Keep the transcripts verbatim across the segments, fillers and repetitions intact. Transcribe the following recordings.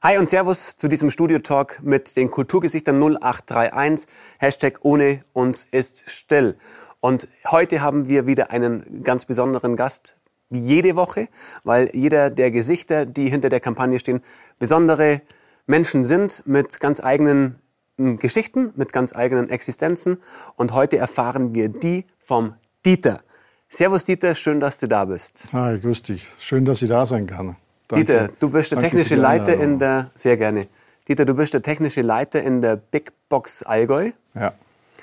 Hi und Servus zu diesem Studio-Talk mit den Kulturgesichtern null acht drei eins. Hashtag ohne uns ist still. Und heute haben wir wieder einen ganz besonderen Gast, wie jede Woche, weil jeder der Gesichter, die hinter der Kampagne stehen, besondere Menschen sind mit ganz eigenen Geschichten, mit ganz eigenen Existenzen. Und heute erfahren wir die vom Dieter. Servus Dieter, schön, dass du da bist. Hi, grüß dich. Schön, dass ich da sein kann. Danke. Dieter, du bist der Danke technische für die Leiter Einladung. in der, sehr gerne. Dieter, du bist der technische Leiter in der Big Box Allgäu. Ja.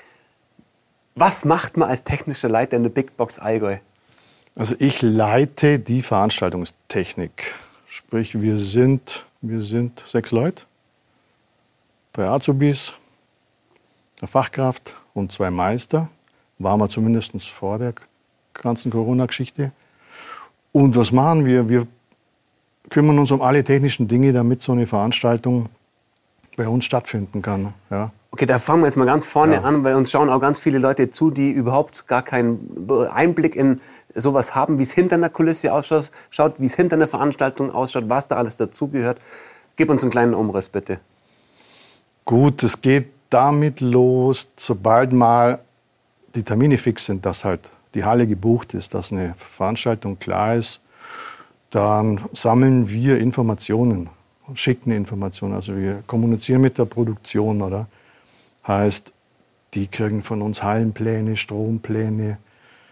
Was macht man als technischer Leiter in der Big Box Allgäu? Also ich leite die Veranstaltungstechnik. Sprich, wir sind, wir sind sechs Leute, drei Azubis, eine Fachkraft und zwei Meister. Waren wir zumindest vor der ganzen Corona-Geschichte. Und was machen wir? Wir kümmern uns um alle technischen Dinge, damit so eine Veranstaltung bei uns stattfinden kann. Ja. Okay, da fangen wir jetzt mal ganz vorne Ja. an, weil uns schauen auch ganz viele Leute zu, die überhaupt gar keinen Einblick in sowas haben, wie es hinter einer Kulisse ausschaut, schaut, wie es hinter einer Veranstaltung ausschaut, was da alles dazugehört. Gib uns einen kleinen Umriss, bitte. Gut, es geht damit los, sobald mal die Termine fix sind, dass halt die Halle gebucht ist, dass eine Veranstaltung klar ist, dann sammeln wir Informationen, schicken Informationen. Also wir kommunizieren mit der Produktion, oder? Heißt, die kriegen von uns Hallenpläne, Strompläne,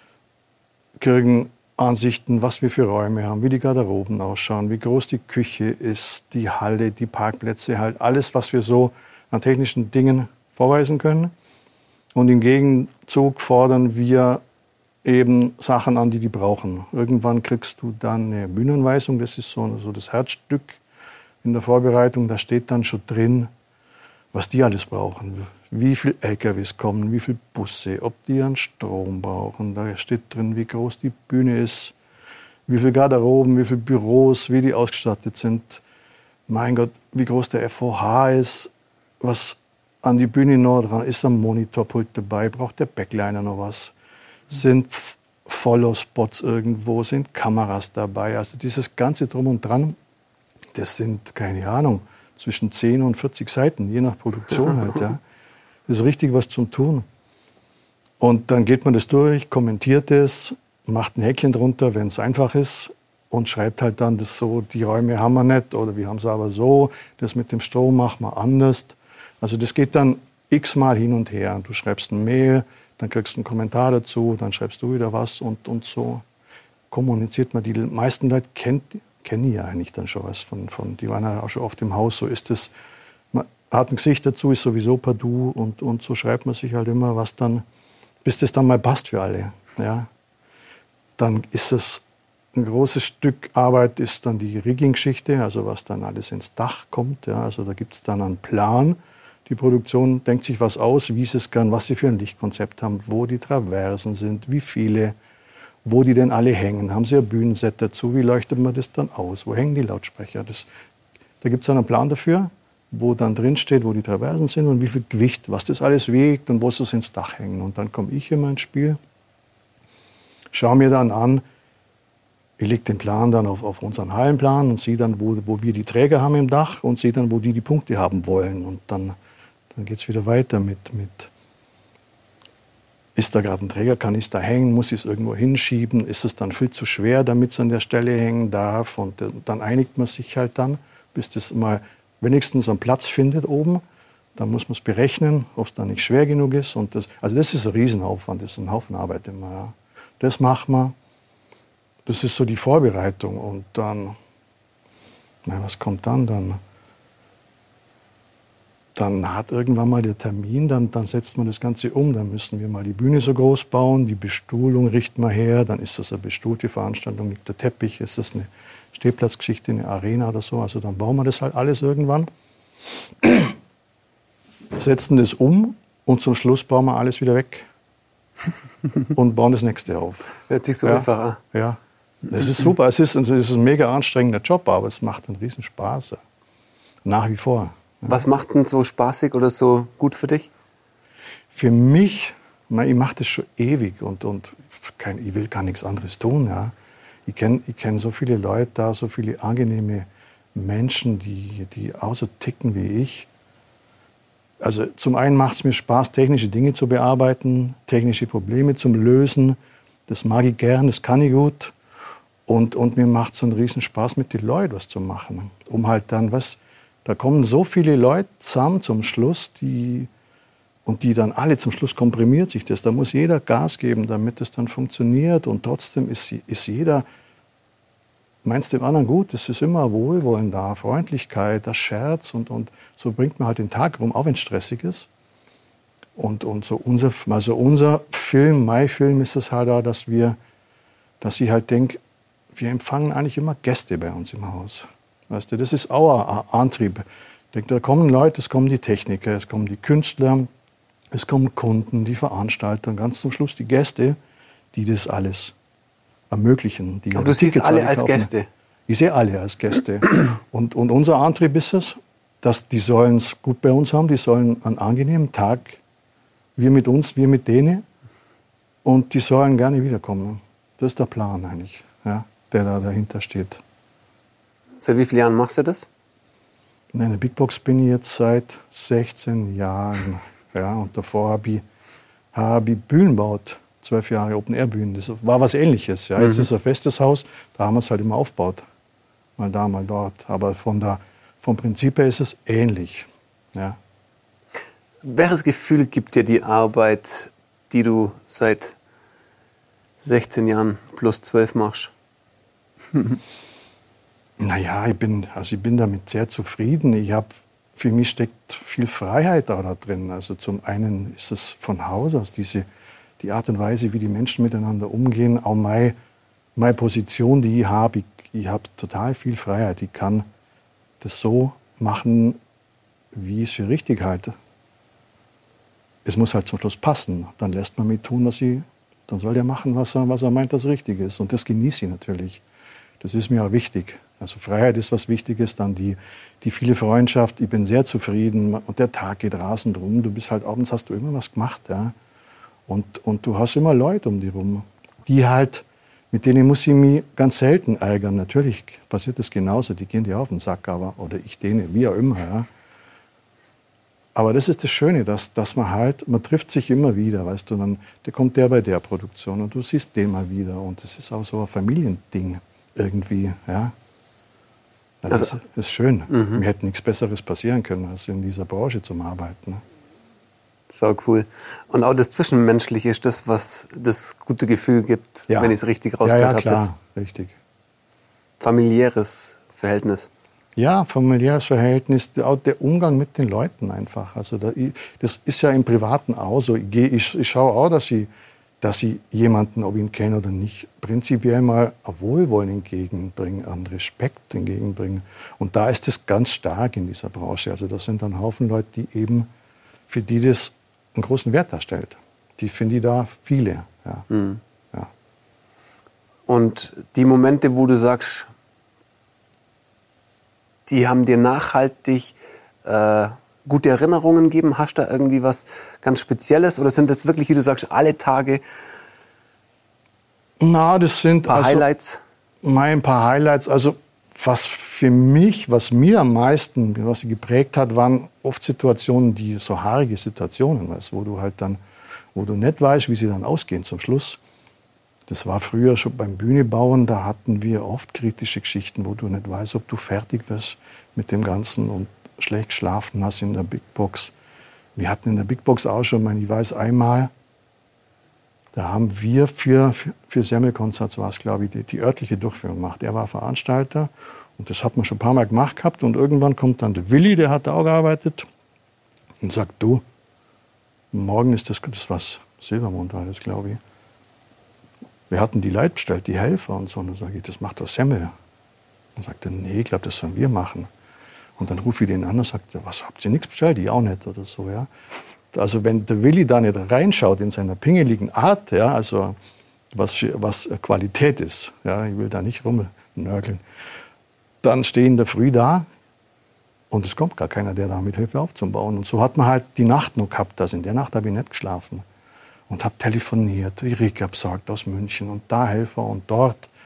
kriegen Ansichten, was wir für Räume haben, wie die Garderoben ausschauen, wie groß die Küche ist, die Halle, die Parkplätze, halt alles, was wir so an technischen Dingen vorweisen können. Und im Gegenzug fordern wir eben Sachen an, die die brauchen. Irgendwann kriegst du dann eine Bühnenanweisung, das ist so, so das Herzstück in der Vorbereitung. Da steht dann schon drin, was die alles brauchen. Wie viele L K Ws kommen, wie viele Busse, ob die an Strom brauchen. Da steht drin, wie groß die Bühne ist, wie viele Garderoben, wie viele Büros, wie die ausgestattet sind. Mein Gott, wie groß der F O H ist, was an die Bühne noch dran ist, am Monitorpult dabei, braucht der Backliner noch was. Sind Follow-Spots irgendwo, sind Kameras dabei. Also dieses ganze Drum und Dran, das sind, keine Ahnung, zwischen zehn und vierzig Seiten, je nach Produktion halt. Ja. Das ist richtig was zum Tun. Und dann geht man das durch, kommentiert es, macht ein Häkchen drunter, wenn es einfach ist, und schreibt halt dann das so, die Räume haben wir nicht oder wir haben es aber so, das mit dem Strom machen wir anders. Also das geht dann x-mal hin und her. Du schreibst ein Mail, dann kriegst du einen Kommentar dazu, dann schreibst du wieder was und, und so kommuniziert man. Die meisten Leute kennt, kennen ja eigentlich dann schon was von, von, die waren ja auch schon oft im Haus, so ist es. Man hat ein Gesicht dazu, ist sowieso per Du und, und so schreibt man sich halt immer was dann, bis das dann mal passt für alle. Ja. Dann ist es ein großes Stück Arbeit, ist dann die Rigging-Geschichte, also was dann alles ins Dach kommt. Ja. Also da gibt es dann einen Plan. Die Produktion denkt sich was aus, wie sie es kann, was sie für ein Lichtkonzept haben, wo die Traversen sind, wie viele, wo die denn alle hängen. Haben sie ein Bühnenset dazu, wie leuchtet man das dann aus, wo hängen die Lautsprecher. Das, da gibt es einen Plan dafür, wo dann drin steht, wo die Traversen sind und wie viel Gewicht, was das alles wiegt und wo sie es ins Dach hängen. Und dann komme ich immer ins Spiel, schaue mir dann an, ich lege den Plan dann auf, auf unseren Hallenplan und sehe dann, wo, wo wir die Träger haben im Dach und sehe dann, wo die die Punkte haben wollen. Und dann Dann geht es wieder weiter mit, mit, ist da gerade ein Träger, kann ich es da hängen, muss ich es irgendwo hinschieben, ist es dann viel zu schwer, damit es an der Stelle hängen darf. Und dann einigt man sich halt dann, bis das mal wenigstens einen Platz findet oben. Dann muss man es berechnen, ob es dann nicht schwer genug ist. Und das, also das ist ein Riesenaufwand, das ist ein Haufen Arbeit immer. Ja. Das macht man, das ist so die Vorbereitung. Und dann, na, was kommt dann? Dann Dann hat irgendwann mal der Termin, dann, dann setzt man das Ganze um. Dann müssen wir mal die Bühne so groß bauen, die Bestuhlung richten wir her. Dann ist das eine bestuhlte Veranstaltung, liegt der Teppich, ist das eine Stehplatzgeschichte, eine Arena oder so. Also dann bauen wir das halt alles irgendwann, setzen das um und zum Schluss bauen wir alles wieder weg und bauen das nächste auf. Hört sich so ja, einfach an. Ja, das ist super. Es ist, es ist ein mega anstrengender Job, aber es macht einen riesen Spaß. Nach wie vor. Was macht denn so spaßig oder so gut für dich? Für mich, ich mache das schon ewig und, und kein, ich will gar nichts anderes tun. Ja. Ich kenne ich kenn so viele Leute da, so viele angenehme Menschen, die, die auch so ticken wie ich. Also zum einen macht es mir Spaß, technische Dinge zu bearbeiten, technische Probleme zu lösen. Das mag ich gern, das kann ich gut. Und, und mir macht es einen riesen Spaß, mit den Leuten was zu machen. Um halt dann, was, da kommen so viele Leute zusammen zum Schluss, die, und die dann alle zum Schluss komprimiert sich das. Da muss jeder Gas geben, damit das dann funktioniert. Und trotzdem ist, ist jeder, meinst dem anderen gut, es ist immer Wohlwollen da, Freundlichkeit, das Scherz und, und so bringt man halt den Tag rum, auch wenn es stressig ist. Und, und so unser, also unser Film, mein Film ist es halt auch, dass wir, dass ich halt denke, wir empfangen eigentlich immer Gäste bei uns im Haus. Weißt du, das ist auch ein Antrieb. Ich denke, da kommen Leute, es kommen die Techniker, es kommen die Künstler, es kommen Kunden, die Veranstalter und ganz zum Schluss die Gäste, die das alles ermöglichen. Die Aber du siehst alle als kaufen. Gäste? Ich sehe alle als Gäste. und, und unser Antrieb ist es, dass die sollen es gut bei uns haben, die sollen einen angenehmen Tag, wir mit uns, wir mit denen, und die sollen gerne wiederkommen. Das ist der Plan eigentlich, ja, der da dahinter steht. Seit wie vielen Jahren machst du das? In der Big Box bin ich jetzt seit sechzehn Jahren. Ja, und davor habe ich, hab ich Bühnen gebaut. Zwölf Jahre Open-Air-Bühnen. Das war was Ähnliches. Ja. Jetzt mhm. ist ein festes Haus, da haben wir es halt immer aufgebaut. Mal da, mal dort. Aber von der, vom Prinzip her ist es ähnlich. Ja. Welches Gefühl gibt dir die Arbeit, die du seit sechzehn Jahren plus zwölf machst? Naja, ich bin, also ich bin damit sehr zufrieden. Ich hab, für mich steckt viel Freiheit da, da drin. Also zum einen ist es von Haus aus diese, die Art und Weise, wie die Menschen miteinander umgehen, auch meine, meine Position, die ich habe. Ich, ich habe total viel Freiheit. Ich kann das so machen, wie ich es für richtig halte. Es muss halt zum Schluss passen. Dann lässt man mich tun, was ich, dann soll der machen, was er, was er meint, das richtig ist. Und das genieße ich natürlich. Das ist mir auch wichtig. Also Freiheit ist was Wichtiges, dann die, die viele Freundschaft. Ich bin sehr zufrieden und der Tag geht rasend rum. Du bist halt abends, hast du immer was gemacht, ja. Und, und du hast immer Leute um dich rum, die halt, mit denen muss ich mich ganz selten ärgern. Natürlich passiert das genauso, die gehen dir auf den Sack, aber, oder ich denen, wie auch immer. Ja. Aber das ist das Schöne, dass, dass man halt, man trifft sich immer wieder, weißt du, dann da kommt der bei der Produktion und du siehst den mal wieder. Und das ist auch so ein Familiending irgendwie, ja. Ja, das also, ist schön. Mhm. Mir hätte nichts Besseres passieren können, als in dieser Branche zu arbeiten. Ne? Sau cool. Und auch das Zwischenmenschliche ist das, was das gute Gefühl gibt, ja. wenn ich es richtig rausgehört habe. Ja, ja, klar, jetzt. Richtig. Familiäres Verhältnis. Ja, familiäres Verhältnis, auch der Umgang mit den Leuten einfach. Also da, das ist ja im Privaten auch so. Ich, ich, ich schaue auch, dass ich, dass ich jemanden, ob ich ihn kenne oder nicht, prinzipiell mal ein Wohlwollen entgegenbringe, einen Respekt entgegenbringe. Und da ist es ganz stark in dieser Branche. Also das sind dann ein Haufen Leute, die eben, für die das einen großen Wert darstellt. Die finde ich da viele. Ja. Mhm. Ja. Und die Momente, wo du sagst, die haben dir nachhaltig äh, gute Erinnerungen gegeben, hast du da irgendwie was ganz Spezielles? Oder sind das wirklich, wie du sagst, alle Tage Na, das sind ein paar also, Highlights? Mein paar Highlights. Also was für mich, was mir am meisten, was sie geprägt hat, waren oft Situationen, die so haarige Situationen, weißt, wo du halt dann, wo du nicht weißt, wie sie dann ausgehen zum Schluss. Das war früher schon beim Bühnebauen, da hatten wir oft kritische Geschichten, wo du nicht weißt, ob du fertig wirst mit dem Ganzen und schlecht geschlafen hast in der Big Box. Wir hatten in der Big Box auch schon, ich weiß einmal, da haben wir für, für, für Semmelkonzerts, war es glaube ich, die, die örtliche Durchführung gemacht. Er war Veranstalter und das hat man schon ein paar Mal gemacht gehabt. Und irgendwann kommt dann der Willi, der hat da auch gearbeitet und sagt, du, morgen ist das, das was, Silbermond war das glaube ich. Wir hatten die Leute bestellt, die Helfer und so. Und dann sage ich, das macht doch Semmel. Und sagt er, nee, ich glaube, das sollen wir machen. Und dann rufe ich den an und sage, was, habt ihr nichts bestellt? Ich auch nicht oder so, ja. Also wenn der Willi da nicht reinschaut in seiner pingeligen Art, ja, also was, für, was Qualität ist, ja, ich will da nicht rumnörgeln, dann stehe ich in der Früh da und es kommt gar keiner, der da mit Hilfe aufzubauen. Und so hat man halt die Nacht noch gehabt. Also in der Nacht habe ich nicht geschlafen und habe telefoniert, die Rika besorgt aus München und da Helfer und dort.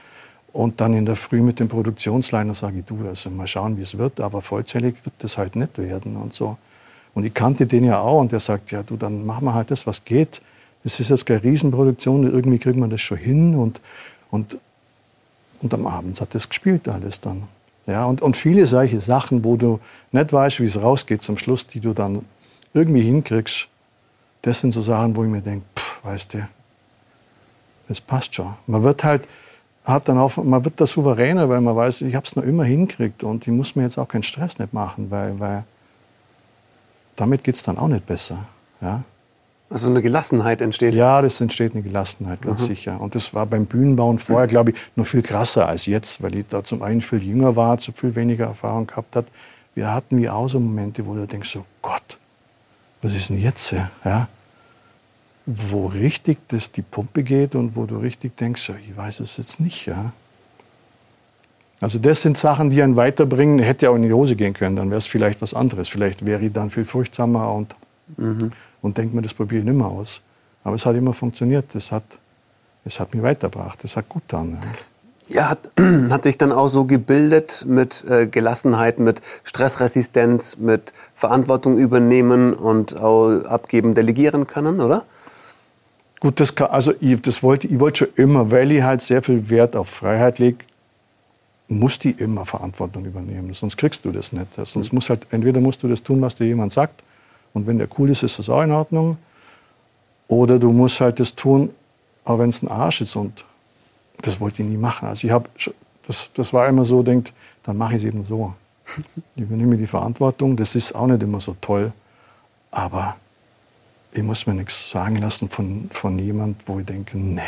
Und dann in der Früh mit dem Produktionsleiter sage ich, du, also mal schauen, wie es wird, aber vollzählig wird das halt nicht werden und so. Und ich kannte den ja auch und der sagt, ja du, dann machen wir halt das, was geht. Das ist jetzt keine Riesenproduktion, irgendwie kriegt man das schon hin. Und, und, und am Abend hat das gespielt alles dann. Ja, und, und viele solche Sachen, wo du nicht weißt, wie es rausgeht zum Schluss, die du dann irgendwie hinkriegst, das sind so Sachen, wo ich mir denke, pff, weißt du, das passt schon. Man wird halt, hat dann auch, man wird da souveräner, weil man weiß, ich habe es noch immer hinkriegt und ich muss mir jetzt auch keinen Stress nicht machen, weil, weil damit geht es dann auch nicht besser. Ja? Also eine Gelassenheit entsteht? Ja, das entsteht eine Gelassenheit, ganz mhm. sicher. Und das war beim Bühnenbauen vorher, glaube ich, noch viel krasser als jetzt, weil ich da zum einen viel jünger war, zu viel weniger Erfahrung gehabt hat. Wir hatten wie auch so Momente, wo du denkst, so Gott, was ist denn jetzt? Ja? Wo richtig das die Pumpe geht und wo du richtig denkst, so, ich weiß es jetzt nicht. Ja? Also das sind Sachen, die einen weiterbringen. Hätte ja auch in die Hose gehen können, dann wäre es vielleicht was anderes. Vielleicht wäre ich dann viel furchtsamer und, mhm. und denke mir, das probiere ich nicht mehr aus. Aber es hat immer funktioniert. Das hat, es hat mich weitergebracht. Das hat gut getan. Ja, ja hat, hat dich dann auch so gebildet mit äh, Gelassenheit, mit Stressresistenz, mit Verantwortung übernehmen und auch abgeben, delegieren können, oder? Gut, das kann, also ich, das wollte, ich wollte schon immer, weil ich halt sehr viel Wert auf Freiheit lege, musst du immer Verantwortung übernehmen. Sonst kriegst du das nicht. Sonst musst halt, entweder musst du das tun, was dir jemand sagt, und wenn der cool ist, ist das auch in Ordnung. Oder du musst halt das tun, auch wenn es ein Arsch ist. Und das wollte ich nie machen. Also ich habe, das, das war immer so, denkt, dann mache ich es eben so. Ich übernehme die Verantwortung. Das ist auch nicht immer so toll. Aber ich muss mir nichts sagen lassen von, von jemand, wo ich denke, nee.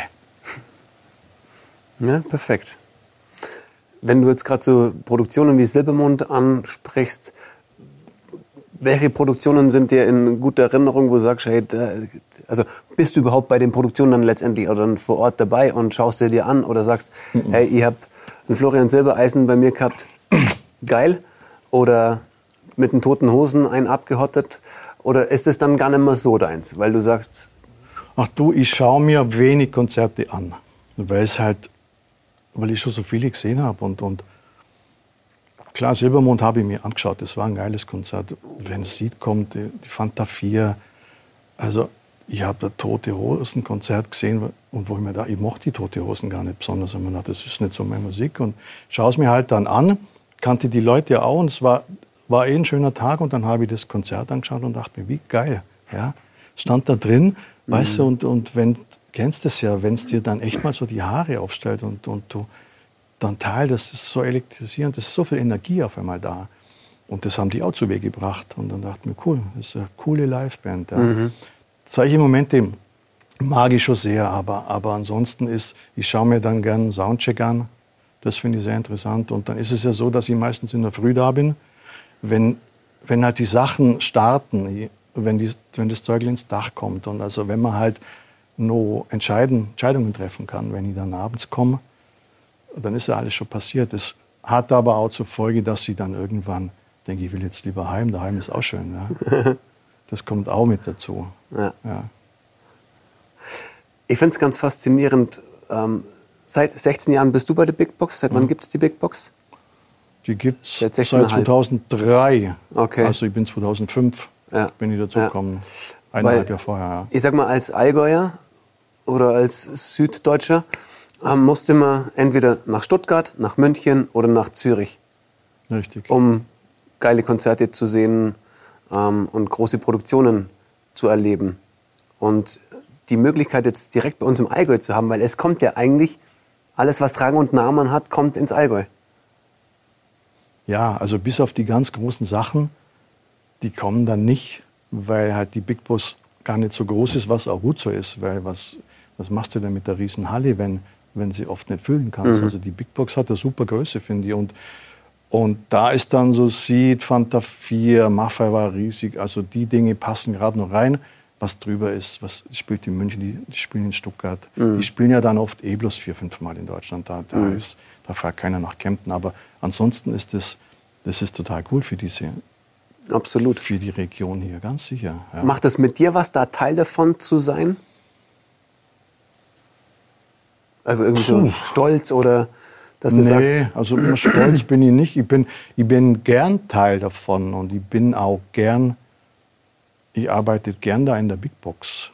Ja, perfekt. Wenn du jetzt gerade so Produktionen wie Silbermond ansprichst, welche Produktionen sind dir in guter Erinnerung, wo du sagst, hey, da, also bist du überhaupt bei den Produktionen dann letztendlich oder dann vor Ort dabei und schaust sie dir an oder sagst, mhm. hey, ich habe einen Florian Silbereisen bei mir gehabt, geil, oder mit den Toten Hosen einen abgehottet, oder ist es dann gar nicht mehr so deins, weil du sagst... Ach du, ich schaue mir wenig Konzerte an, weil es halt, weil ich schon so viele gesehen habe und, und klar, Silbermond habe ich mir angeschaut, das war ein geiles Konzert. Wenn es sieht, kommt die, die Fanta vier. Also ich habe das Tote Hosen Konzert gesehen und wo ich mir da, ich mochte die Tote Hosen gar nicht besonders. Und mir dachte, das ist nicht so meine Musik. Und schaue es mir halt dann an, kannte die Leute ja auch und es war, war eh ein schöner Tag. Und dann habe ich das Konzert angeschaut und dachte mir, wie geil. Ja? Stand da drin, mhm. weißt du, und, und wenn, kennst das ja, wenn es dir dann echt mal so die Haare aufstellt und, und du dann Teil, das ist so elektrisierend, das ist so viel Energie auf einmal da. Und das haben die auch zu Wege gebracht. Und dann dachte ich mir, cool, das ist eine coole Liveband. Ja. Mhm. Solche Momente mag ich schon sehr, aber, aber ansonsten ist, ich schaue mir dann gerne einen Soundcheck an. Das finde ich sehr interessant. Und dann ist es ja so, dass ich meistens in der Früh da bin. Wenn, wenn halt die Sachen starten, wenn, die, wenn das Zeug ins Dach kommt. Und also wenn man halt noch entscheiden, Entscheidungen treffen kann, wenn ich dann abends komme, dann ist ja alles schon passiert. Das hat aber auch zur Folge, dass sie dann irgendwann denke, ich will jetzt lieber heim. Daheim ist auch schön. Ja. Das kommt auch mit dazu. Ja. Ja. Ich finde es ganz faszinierend. Ähm, seit sechzehn Jahren bist du bei der Big Box. Seit wann Mhm. gibt es die Big Box? Die gibt es seit, seit zweitausenddrei. Okay. Also ich bin zweitausendfünf ja. bin ich dazugekommen. Ja. Eineinhalb Jahre vorher. Ja. Ich sag mal, als Allgäuer oder als Süddeutscher ähm, musste man entweder nach Stuttgart, nach München oder nach Zürich. Richtig. Um geile Konzerte zu sehen ähm, und große Produktionen zu erleben. Und die Möglichkeit jetzt direkt bei uns im Allgäu zu haben, weil es kommt ja eigentlich, alles was Rang und Namen hat, kommt ins Allgäu. Ja, also bis auf die ganz großen Sachen, die kommen dann nicht, weil halt die Big Box gar nicht so groß ist, was auch gut so ist. Weil was, was machst du denn mit der Riesenhalle, wenn, wenn sie oft nicht füllen kannst? Mhm. Also die Big Box hat eine super Größe, finde ich. Und, und da ist dann so Seed, Fanta vier, Maffei war riesig. Also die Dinge passen gerade noch rein. Was drüber ist, was spielt in München, die, die spielen in Stuttgart. Mhm. Die spielen ja dann oft eh bloß vier, fünf Mal in Deutschland. Da, da, mhm. ist, da fragt keiner nach Kempten. Aber ansonsten ist das, das ist total cool für diese, Absolut. Für die Region hier, ganz sicher. Ja. Macht es mit dir was, da Teil davon zu sein? Also irgendwie Puh. so Stolz oder Dass du nee, sagst, also stolz bin ich nicht. Ich bin, ich bin gern Teil davon und ich bin auch gern, ich arbeite gern da in der Big Box.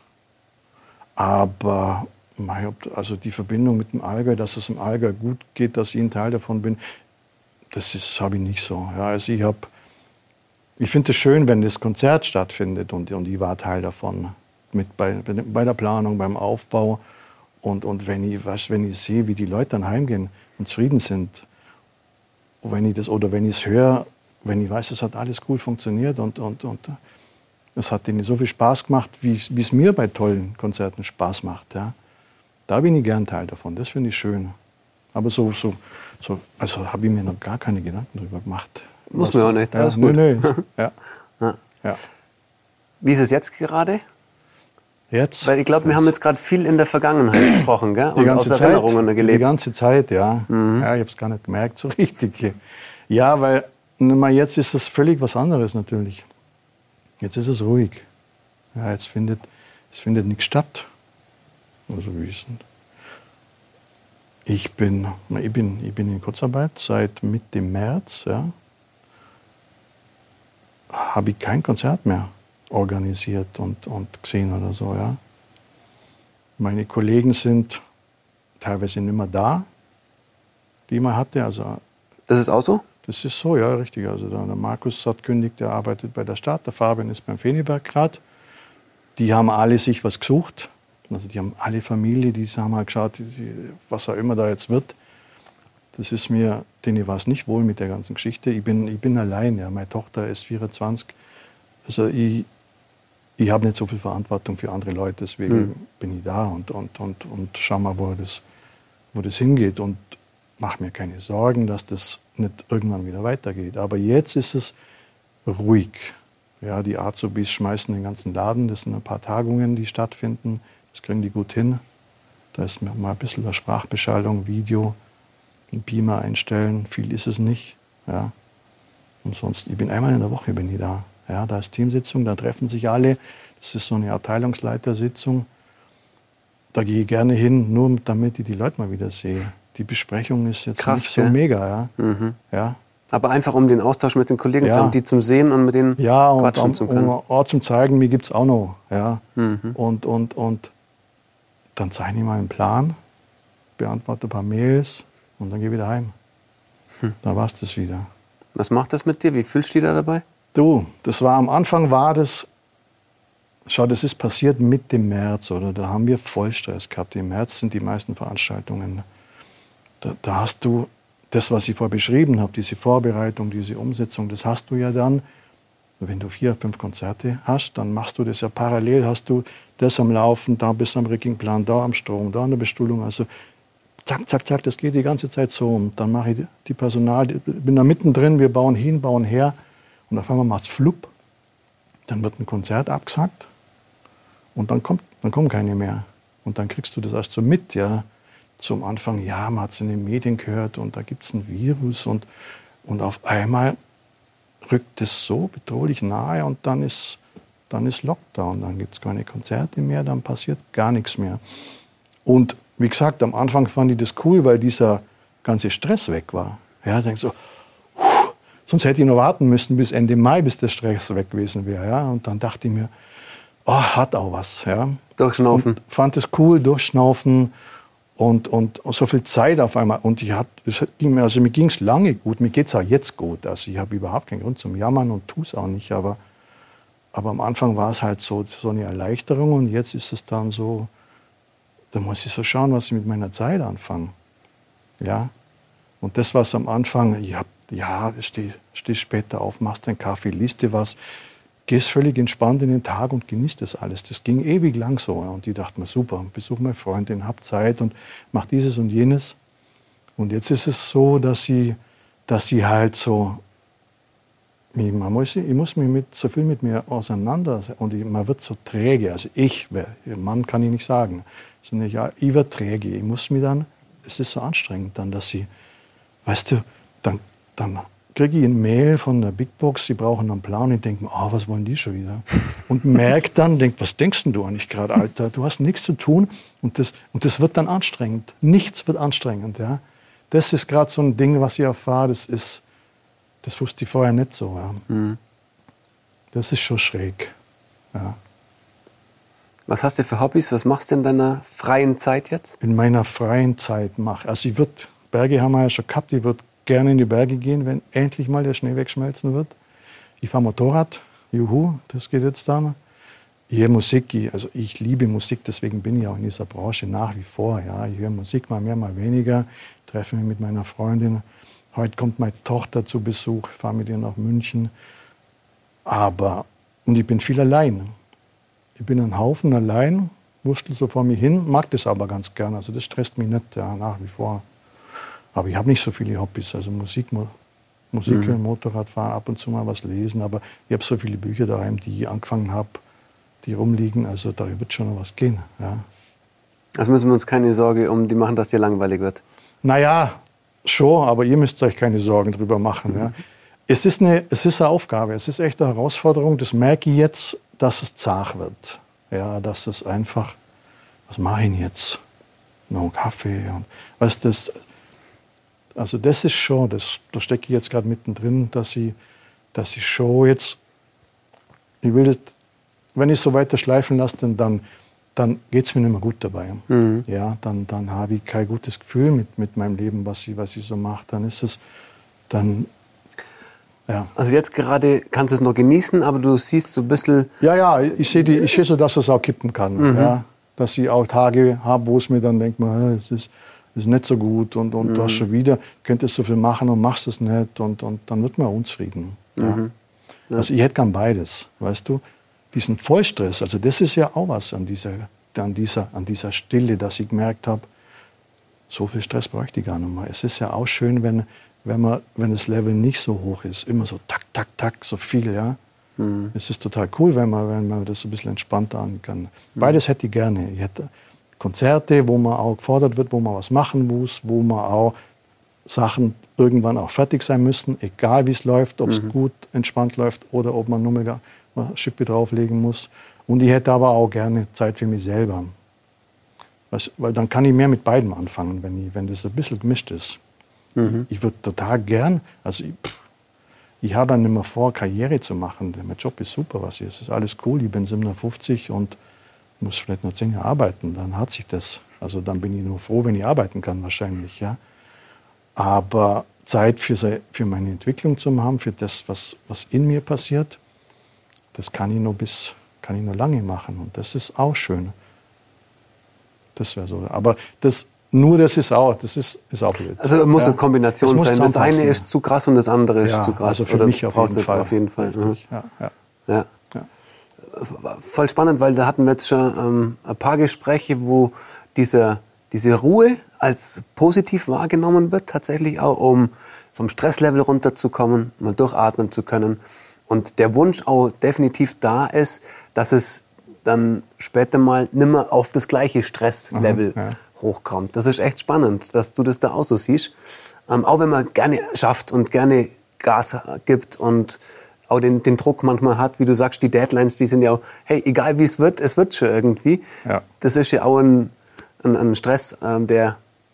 Aber also die Verbindung mit dem Allgäu, dass es im Allgäu gut geht, dass ich ein Teil davon bin, das habe ich nicht so. Ja, also ich habe, ich finde es schön, wenn das Konzert stattfindet und, und ich war Teil davon. Mit bei, bei der Planung, beim Aufbau. Und, und wenn ich, was, wenn ich sehe, wie die Leute dann heimgehen und zufrieden sind, und wenn ich das, oder wenn ich es höre, wenn ich weiß, es hat alles cool funktioniert und, und, und es hat denen so viel Spaß gemacht, wie es mir bei tollen Konzerten Spaß macht. Ja. Da bin ich gern Teil davon, das finde ich schön. Aber so, so, so also habe ich mir noch gar keine Gedanken darüber gemacht. Muss man auch nicht, ja, alles gut. Nö, nö. Ja. Ja. Ja. Wie ist es jetzt gerade? Jetzt? Weil ich glaube, wir haben jetzt gerade viel in der Vergangenheit gesprochen, gell? Die Und ganze aus Erinnerungen Zeit, gelebt. Die ganze Zeit, ja. Mhm. Ja, ich habe es gar nicht gemerkt, so richtig. Ja, weil jetzt ist es völlig was anderes natürlich. Jetzt ist es ruhig. Ja, jetzt findet, es findet nichts statt. Also wie ist denn? Ich bin, ich bin, ich bin in Kurzarbeit seit Mitte März. Ja. Habe ich kein Konzert mehr organisiert und, und gesehen oder so. Ja. Meine Kollegen sind teilweise nicht mehr da, die man hatte. Also, das ist auch so? Das ist so, ja, richtig. Also der, der Markus hat kündigt, der arbeitet bei der Stadt, der Fabian ist beim Feniberg gerade. Die haben alle sich was gesucht. Also die haben alle Familie, die haben halt geschaut, die, was auch immer da jetzt wird. Das ist mir, denen war es nicht wohl mit der ganzen Geschichte. Ich bin, ich bin allein, ja. Meine Tochter ist vierundzwanzig. Also ich, ich habe nicht so viel Verantwortung für andere Leute, deswegen mhm. bin ich da und, und, und, und schau mal, wo das, wo das hingeht. Und mache mir keine Sorgen, dass das nicht irgendwann wieder weitergeht. Aber jetzt ist es ruhig. Ja, die Azubis schmeißen den ganzen Laden. Das sind ein paar Tagungen, die stattfinden. Das kriegen die gut hin. Da ist mal ein bisschen der Sprachbeschallung, Video, einen Beamer einstellen. Viel ist es nicht. Ja. Und sonst, ich bin einmal in der Woche bin ich da. Ja, da ist Teamsitzung, da treffen sich alle. Das ist so eine Abteilungsleitersitzung. Da gehe ich gerne hin, nur damit ich die Leute mal wieder sehe. Die Besprechung ist jetzt Krass, nicht so ja. mega. Ja. Mhm. Ja. Aber einfach um den Austausch mit den Kollegen ja. zu haben, die zum Sehen und mit denen ja, und quatschen um, zu können. Um, um zum Zeigen, mir gibt es auch noch. Ja. Mhm. Und, und, und dann zeichne ich mal einen Plan, beantworte ein paar Mails und dann gehe ich wieder heim. Hm. Dann war es das wieder. Was macht das mit dir? Wie fühlst du dich da dabei? Du, das war am Anfang war das, schau, das ist passiert Mitte März, oder? Da haben wir Vollstress gehabt. Im März sind die meisten Veranstaltungen. Da, da hast du das, was ich vorher beschrieben habe, diese Vorbereitung, diese Umsetzung, das hast du ja dann, wenn du vier, fünf Konzerte hast, dann machst du das ja parallel, hast du das am Laufen, da bist du am Riggingplan, da am Strom, da an der Bestuhlung, also zack, zack, zack, das geht die ganze Zeit so. Und dann mache ich die Personal, bin da mittendrin, wir bauen hin, bauen her und auf einmal macht es flupp, dann wird ein Konzert abgesagt und dann kommt, dann kommen keine mehr. Und dann kriegst du das erst so mit, ja. Zum Anfang, ja, man hat es in den Medien gehört und da gibt es ein Virus und, und auf einmal rückt es so bedrohlich nahe und dann ist, dann ist Lockdown, dann gibt es keine Konzerte mehr, dann passiert gar nichts mehr. Und wie gesagt, am Anfang fand ich das cool, weil dieser ganze Stress weg war. Ja, ich denke so, pff, sonst hätte ich noch warten müssen bis Ende Mai, bis der Stress weg gewesen wäre. Ja. Und dann dachte ich mir, oh, hat auch was. Ja. Durchschnaufen. Und fand es cool, durchschnaufen. Und, und, und so viel Zeit auf einmal. Und ich hat, es ging mir, also mir ging es lange gut, mir geht es auch jetzt gut. Also ich habe überhaupt keinen Grund zum Jammern und tue es auch nicht. Aber, aber am Anfang war es halt so, so eine Erleichterung und jetzt ist es dann so, da muss ich so schauen, was ich mit meiner Zeit anfange. Ja? Und das, was am Anfang, ja, ja steh, steh später auf, machst einen Kaffee, liest dir was, gehst völlig entspannt in den Tag und genießt das alles. Das ging ewig lang so. Und ich dachte mir, super, besuch meine Freundin, hab Zeit und mach dieses und jenes. Und jetzt ist es so, dass sie, dass sie halt so, man muss, ich muss mich mit, so viel mit mir auseinandersetzen. Und ich, man wird so träge. Also ich, Mann kann ich nicht sagen. Sondern ja, ich werde träge. Ich muss mich dann, es ist so anstrengend dann, dass sie, weißt du, dann, dann kriege ich eine Mail von der Big Box, sie brauchen einen Plan. Und ich denke mir, oh, was wollen die schon wieder? Und merke dann, denk, was denkst denn du eigentlich gerade, Alter? Du hast nichts zu tun und das, und das wird dann anstrengend. Nichts wird anstrengend. Ja? das ist gerade so ein Ding, was ich erfahre, das ist, das wusste ich vorher nicht so. Ja. Mhm. Das ist schon schräg. Ja. Was hast du für Hobbys? Was machst du in deiner freien Zeit jetzt? In meiner freien Zeit mache also ich würde, Berge haben wir ja schon gehabt, ich würde gerne in die Berge gehen, wenn endlich mal der Schnee wegschmelzen wird. Ich fahre Motorrad, juhu, das geht jetzt dann. Ich höre Musik, ich, also ich liebe Musik, deswegen bin ich auch in dieser Branche nach wie vor. Ja. Ich höre Musik, mal mehr, mal weniger, treffe mich mit meiner Freundin. Heute kommt meine Tochter zu Besuch, fahre mit ihr nach München. Aber, und ich bin viel allein. Ich bin ein Haufen allein, wurschtel so vor mir hin, mag das aber ganz gern. Also das stresst mich nicht, ja, nach wie vor. Aber ich habe nicht so viele Hobbys, also Musik, Musik mhm. hören, Motorradfahren, ab und zu mal was lesen. Aber ich habe so viele Bücher daheim, die ich angefangen habe, die rumliegen. Also da wird schon noch was gehen. Ja. Also müssen wir uns keine Sorge um die machen, dass dir langweilig wird? Naja, schon, aber ihr müsst euch keine Sorgen drüber machen. Mhm. Ja. Es ist, eine, es ist eine Aufgabe, es ist echt eine Herausforderung. Das merke ich jetzt, dass es zart wird. Ja, dass es einfach, was mache ich denn jetzt? Noch einen Kaffee. Und, weißt, das, also das ist schon, das, da stecke ich jetzt gerade mittendrin, dass ich, dass ich schon jetzt, ich will das, wenn ich es so weiter schleifen lasse, dann, dann geht es mir nicht mehr gut dabei. Mhm. Ja, dann, dann habe ich kein gutes Gefühl mit, mit meinem Leben, was ich, was ich so mache. Dann ist es, dann, ja. Also jetzt gerade kannst du es noch genießen, aber du siehst so ein bisschen... Ja, ja, ich sehe ich seh so, dass es auch kippen kann. Mhm. Ja, dass ich auch Tage habe, wo es mir dann denkt, man, es ist, ist nicht so gut und, und mhm. du hast schon wieder, könntest so viel machen und machst es nicht und, und dann wird man unzufrieden. Ja. Mhm. Ja. Also ich hätte gern beides, weißt du. Diesen Vollstress, also das ist ja auch was an dieser, an dieser, an dieser Stille, dass ich gemerkt habe, so viel Stress bräuchte ich gar nicht mehr. Es ist ja auch schön, wenn, wenn, man, wenn das Level nicht so hoch ist, immer so tak, tak, tak, so viel. Ja? Mhm. Es ist total cool, wenn man, wenn man das ein bisschen entspannter an kann. Mhm. Beides hätte ich gerne. Ich hätte Konzerte, wo man auch gefordert wird, wo man was machen muss, wo man auch Sachen irgendwann auch fertig sein müssen, egal wie es läuft, ob es mhm. gut, entspannt läuft oder ob man nur mal eine Schippe drauflegen muss. Und ich hätte aber auch gerne Zeit für mich selber. Was, weil dann kann ich mehr mit beidem anfangen, wenn, ich, wenn das ein bisschen gemischt ist. Mhm. Ich würde total gern, also ich, pff, ich habe dann nicht mehr vor, Karriere zu machen. Mein Job ist super, was ist. Es ist alles cool, ich bin siebenundfünfzig und muss vielleicht noch zehn Jahre arbeiten. Dann hat sich das. Also dann bin ich nur froh, wenn ich arbeiten kann wahrscheinlich. Ja. Aber Zeit für, für meine Entwicklung zu haben, für das, was, was in mir passiert, das kann ich nur bis, kann ich nur lange machen. Und das ist auch schön. Das wäre so. Aber das, nur das ist auch, das ist, ist auch blöd. Also muss eine Kombination das sein. Das eine ist zu krass und das andere ist ja, zu krass. Also für mich auf jeden Fall. Auf jeden Fall. Mhm. Ja, ja. Ja. Ja. Voll spannend, weil da hatten wir jetzt schon ähm, ein paar Gespräche, wo dieser, diese Ruhe als positiv wahrgenommen wird, tatsächlich auch, um vom Stresslevel runterzukommen, mal durchatmen zu können. Und der Wunsch auch definitiv da ist, dass es dann später mal nimmer auf das gleiche Stresslevel Aha, ja. hochkommt. Das ist echt spannend, dass du das da auch so siehst. Ähm, auch wenn man gerne schafft und gerne Gas gibt und auch den, den Druck manchmal hat, wie du sagst, die Deadlines, die sind ja auch, hey, egal wie es wird, es wird schon irgendwie. Ja. Das ist ja auch ein, ein, ein Stress, ähm, der...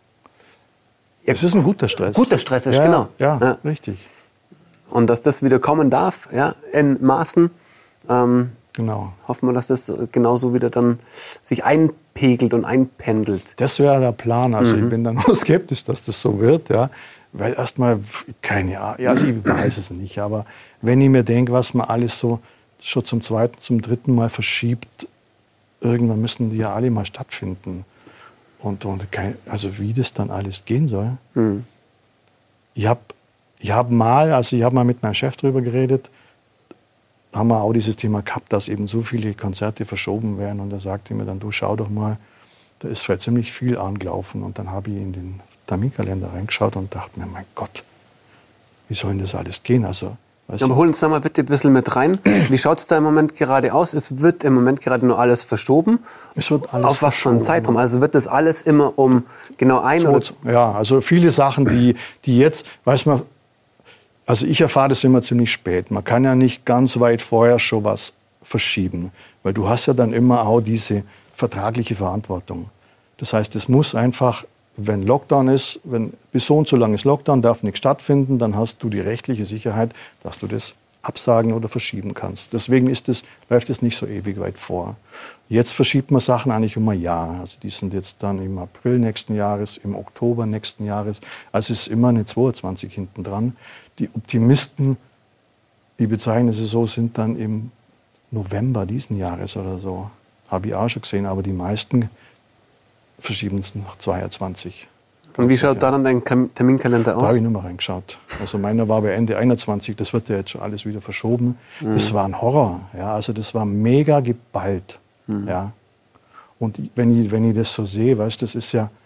Ja, es ist ein guter Stress. Guter Stress ist, ja, genau. Ja, ja, richtig. Und dass das wieder kommen darf, ja, in Maßen. Ähm, genau. Hoffen wir, dass das genauso wieder dann sich einpegelt und einpendelt. Das wäre der Plan. Also mhm. ich bin dann nur skeptisch, dass das so wird, ja. Weil erstmal, keine Ahnung, ja, also ich weiß es nicht, aber wenn ich mir denke, was man alles so schon zum zweiten, zum dritten Mal verschiebt, irgendwann müssen die ja alle mal stattfinden. Und, und kein, also wie das dann alles gehen soll. Mhm. Ich habe ich hab mal, also ich habe mal mit meinem Chef drüber geredet, haben wir auch dieses Thema gehabt, dass eben so viele Konzerte verschoben werden. Und er sagte mir dann, du schau doch mal, da ist vielleicht ziemlich viel angelaufen. Und dann habe ich in den Terminkalender reingeschaut und dachte mir, mein Gott, wie soll denn das alles gehen? Also, ja, aber hol uns da mal bitte ein bisschen mit rein. Wie schaut es da im Moment gerade aus? Es wird im Moment gerade nur alles verschoben. Es wird alles Auf was für einen Zeitraum? Also wird das alles immer um genau ein so, oder... Ja, also viele Sachen, die, die jetzt, weiß man, also ich erfahre das immer ziemlich spät. Man kann ja nicht ganz weit vorher schon was verschieben, weil du hast ja dann immer auch diese vertragliche Verantwortung. Das heißt, es muss einfach wenn Lockdown ist, wenn bis so und so lang ist Lockdown, darf nichts stattfinden, dann hast du die rechtliche Sicherheit, dass du das absagen oder verschieben kannst. Deswegen ist es, läuft es nicht so ewig weit vor. Jetzt verschiebt man Sachen eigentlich um ein Jahr. Also die sind jetzt dann im April nächsten Jahres, im Oktober nächsten Jahres. Also es ist immer eine zweiundzwanzig hinten dran. Die Optimisten, die bezeichnen sie so, sind dann im November diesen Jahres oder so. Habe ich auch schon gesehen, aber die meisten verschieben es nach zweiundzwanzig. Und wie schaut da dann dein Terminkalender aus? Da habe ich nur mal reingeschaut. Also meiner war bei Ende einundzwanzig, das wird ja jetzt schon alles wieder verschoben. Mhm. Das war ein Horror. Ja, also das war mega geballt. Mhm. Ja. Und wenn ich, wenn ich das so sehe, weißt, das ist ja,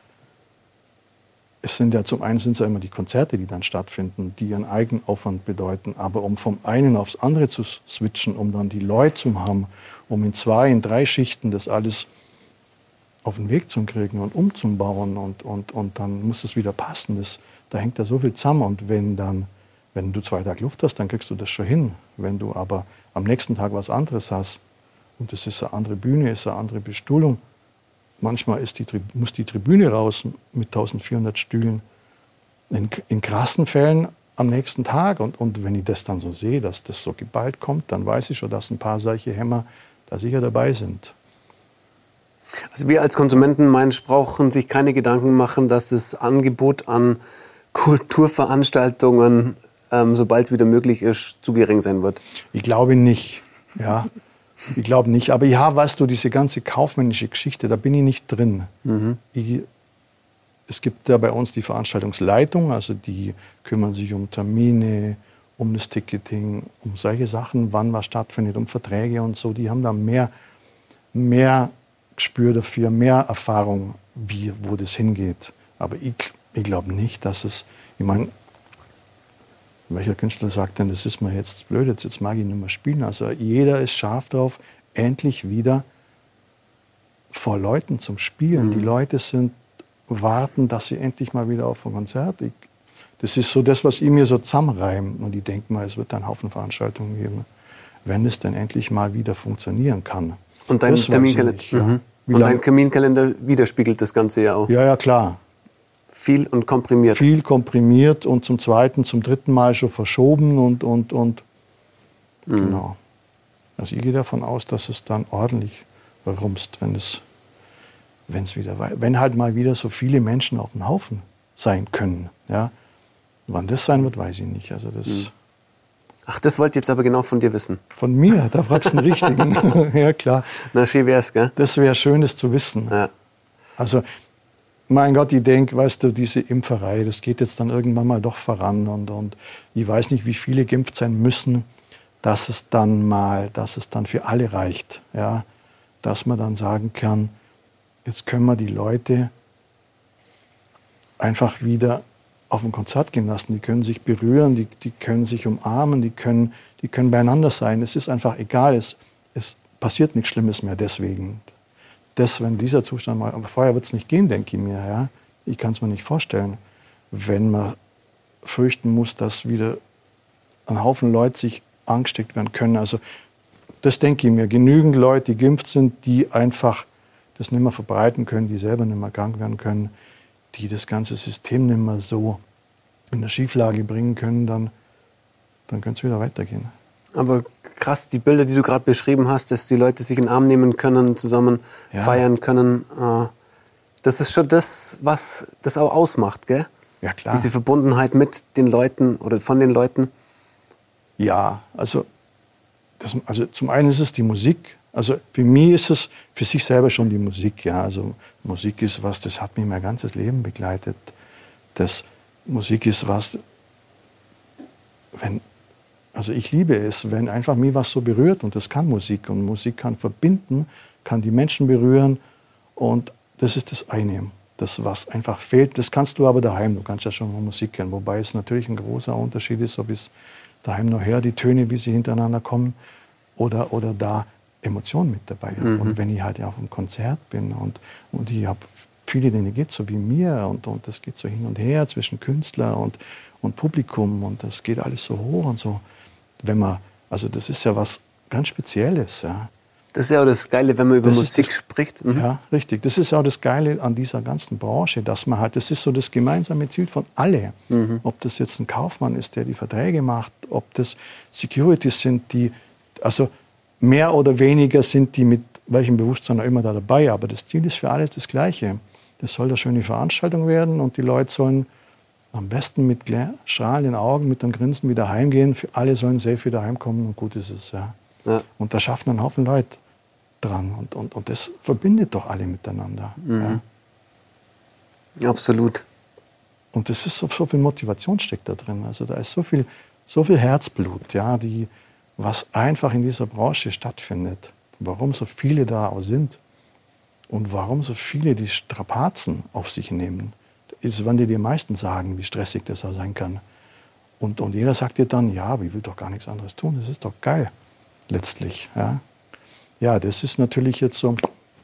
es sind ja zum einen sind es ja immer die Konzerte, die dann stattfinden, die ihren Eigenaufwand bedeuten. Aber um vom einen aufs andere zu switchen, um dann die Leute zu haben, um in zwei, in drei Schichten das alles auf den Weg zu kriegen und umzubauen und, und, und dann muss es wieder passen. Das, da hängt ja so viel zusammen. Und wenn, dann, wenn du zwei Tage Luft hast, dann kriegst du das schon hin. Wenn du aber am nächsten Tag was anderes hast und es ist eine andere Bühne, ist eine andere Bestuhlung, manchmal ist die, muss die Tribüne raus mit eintausendvierhundert Stühlen. In, in krassen Fällen am nächsten Tag. Und, und wenn ich das dann so sehe, dass das so geballt kommt, dann weiß ich schon, dass ein paar solche Hämmer da sicher dabei sind. Also wir als Konsumenten, meinen, brauchen sich keine Gedanken machen, dass das Angebot an Kulturveranstaltungen, ähm, sobald es wieder möglich ist, zu gering sein wird. Ich glaube nicht, ja. Ich glaube nicht. Aber ja, weißt du, diese ganze kaufmännische Geschichte, da bin ich nicht drin. Mhm. Ich, es gibt ja bei uns die Veranstaltungsleitung, also die kümmern sich um Termine, um das Ticketing, um solche Sachen, wann was stattfindet, um Verträge und so. Die haben da mehr, mehr Gespür dafür, mehr Erfahrung, wie, wo das hingeht. Aber ich, ich glaube nicht, dass es, ich meine, welcher Künstler sagt denn, das ist mir jetzt blöd, jetzt, jetzt mag ich nicht mehr spielen. Also jeder ist scharf drauf, endlich wieder vor Leuten zum Spielen. Mhm. Die Leute sind, warten, dass sie endlich mal wieder auf ein Konzert. Ich, das ist so das, was ich mir so zusammenreime. Und ich denke mal, es wird einen Haufen Veranstaltungen geben, wenn es dann endlich mal wieder funktionieren kann. Und dein Terminkalender, nicht, ja. mhm. Und dein Terminkalender widerspiegelt das Ganze ja auch. Ja, ja, klar. Viel und komprimiert. Viel komprimiert und zum zweiten, zum dritten Mal schon verschoben und, und, und mhm. genau. Also ich gehe davon aus, dass es dann ordentlich rumst, wenn es, wenn es wieder, wenn halt mal wieder so viele Menschen auf dem Haufen sein können. Ja. Wann das sein wird, weiß ich nicht. Also das. Mhm. Ach, das wollt ihr jetzt aber genau von dir wissen. Von mir, da fragst du den Richtigen. Ja, klar. Na, schön wär's, gell? Das wäre schön, das zu wissen. Ja. Also, mein Gott, ich denke, weißt du, diese Impferei, das geht jetzt dann irgendwann mal doch voran. Und, und ich weiß nicht, wie viele geimpft sein müssen, dass es dann mal, dass es dann für alle reicht. Ja? Dass man dann sagen kann, jetzt können wir die Leute einfach wieder auf ein Konzert gehen lassen. Die können sich berühren, die, die können sich umarmen, die können, die können beieinander sein. Es ist einfach egal, es, es passiert nichts Schlimmes mehr deswegen. Das, wenn dieser Zustand mal, aber vorher wird es nicht gehen, denke ich mir. Ja? Ich kann es mir nicht vorstellen, wenn man fürchten muss, dass wieder ein Haufen Leute sich angesteckt werden können. Also das denke ich mir. Genügend Leute, die geimpft sind, die einfach das nicht mehr verbreiten können, die selber nicht mehr krank werden können, die das ganze System nicht mehr so in eine Schieflage bringen können, dann, dann könnte es wieder weitergehen. Aber krass, die Bilder, die du gerade beschrieben hast, dass die Leute sich in den Arm nehmen können, zusammen ja. feiern können, äh, das ist schon das, was das auch ausmacht, gell? Ja, klar. Diese Verbundenheit mit den Leuten oder von den Leuten. Ja, also, das, also zum einen ist es die Musik. Also für mich ist es für sich selber schon die Musik. Ja. Also Musik ist was, das hat mich mein ganzes Leben begleitet. Das, Musik ist was, wenn, also ich liebe es, wenn einfach mich was so berührt. Und das kann Musik. Und Musik kann verbinden, kann die Menschen berühren. Und das ist das eine. Das, was einfach fehlt, das kannst du aber daheim. Du kannst ja schon mal Musik kennen. Wobei es natürlich ein großer Unterschied ist, ob es daheim noch her, die Töne, wie sie hintereinander kommen, oder, oder da Emotionen mit dabei habe. Mhm. Und wenn ich halt auf einem Konzert bin und, und ich habe viele, denen geht so wie mir und, und das geht so hin und her zwischen Künstler und, und Publikum und das geht alles so hoch und so. Wenn man, also das ist ja was ganz Spezielles. Ja. Das ist ja auch das Geile, wenn man über das Musik das, spricht. Mhm. Ja, richtig. Das ist auch das Geile an dieser ganzen Branche, dass man halt, das ist so das gemeinsame Ziel von alle. Mhm. Ob das jetzt ein Kaufmann ist, der die Verträge macht, ob das Securities sind, die, also mehr oder weniger sind die mit welchem Bewusstsein auch immer da dabei, aber das Ziel ist für alle das Gleiche. Das soll eine schöne Veranstaltung werden und die Leute sollen am besten mit strahlenden Augen, mit einem Grinsen wieder heimgehen. Für alle sollen safe wieder heimkommen und gut ist es. Ja. Ja. Und da schaffen einen Haufen Leute dran. Und, und, und das verbindet doch alle miteinander. Mhm. Ja. Absolut. Und das ist so, so viel Motivation steckt da drin. Also da ist so viel, so viel Herzblut, ja, die, was einfach in dieser Branche stattfindet. Warum so viele da auch sind und warum so viele die Strapazen auf sich nehmen. Ist, wenn die die meisten sagen, wie stressig das auch sein kann. Und, und jeder sagt dir dann, ja, aber ich will doch gar nichts anderes tun. Das ist doch geil, letztlich. Ja, ja, das ist natürlich jetzt so,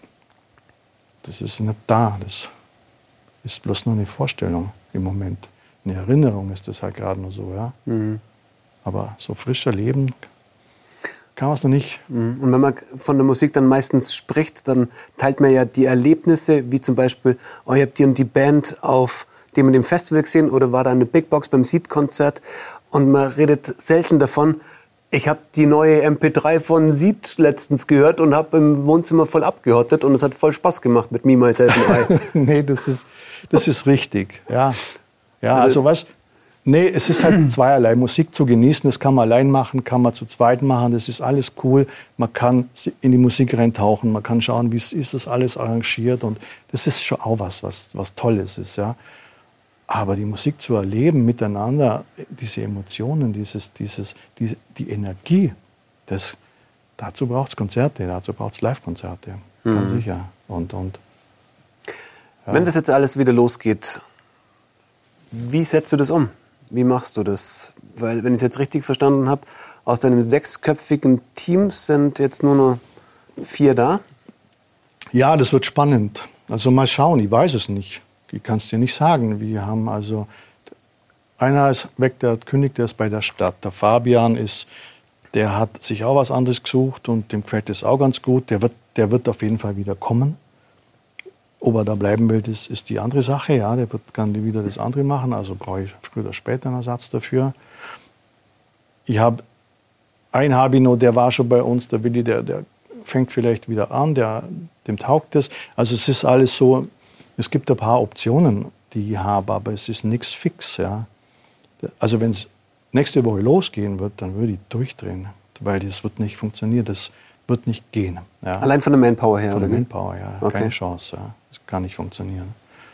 das ist nicht da. Das ist bloß nur eine Vorstellung im Moment. Eine Erinnerung ist das halt gerade nur so. Ja? Mhm. Aber so frischer Leben kann man es noch nicht. Mhm. Und wenn man von der Musik dann meistens spricht, dann teilt man ja die Erlebnisse, wie zum Beispiel, oh, ihr habt die und die Band auf dem und dem Festival gesehen oder war da eine Big Box beim Seed-Konzert. Und man redet selten davon, ich habe die neue M P drei von Seed letztens gehört und habe im Wohnzimmer voll abgehottet und es hat voll Spaß gemacht mit Me, Myself and I. Nee, das ist, das ist richtig. Ja, ja also, also was... Nee, es ist halt zweierlei. Musik zu genießen, das kann man allein machen, kann man zu zweit machen, das ist alles cool. Man kann in die Musik reintauchen, man kann schauen, wie ist das alles arrangiert. Und das ist schon auch was, was, was Tolles ist. Ja. Aber die Musik zu erleben miteinander, diese Emotionen, dieses, dieses, die, die Energie, das, dazu braucht es Konzerte, dazu braucht es Live-Konzerte, mhm. ganz sicher. Und, und, ja. Wenn das jetzt alles wieder losgeht, wie setzt du das um? Wie machst du das? Weil, wenn ich es jetzt richtig verstanden habe, aus deinem sechsköpfigen Team sind jetzt nur noch vier da? Ja, das wird spannend. Also mal schauen, ich weiß es nicht. Ich kann es dir nicht sagen. Wir haben also, einer ist weg, der hat kündigt, der ist bei der Stadt. Der Fabian ist, der hat sich auch was anderes gesucht und dem gefällt es auch ganz gut. Der wird, der wird auf jeden Fall wieder kommen. Ob er da bleiben will, das ist die andere Sache. Ja, der wird gerne wieder das andere machen. Also brauche ich früher oder später einen Ersatz dafür. Ich habe einen habe ich noch, der war schon bei uns, der Willi, der, der fängt vielleicht wieder an, der, dem taugt es. Also es ist alles so, es gibt ein paar Optionen, die ich habe, aber es ist nichts fix. Ja. Also wenn es nächste Woche losgehen wird, dann würde ich durchdrehen, weil das wird nicht funktionieren. Das wird nicht gehen. Ja. Allein von der Manpower her? Von der oder Manpower, ja. Okay. Keine Chance. Ja. Das kann nicht funktionieren.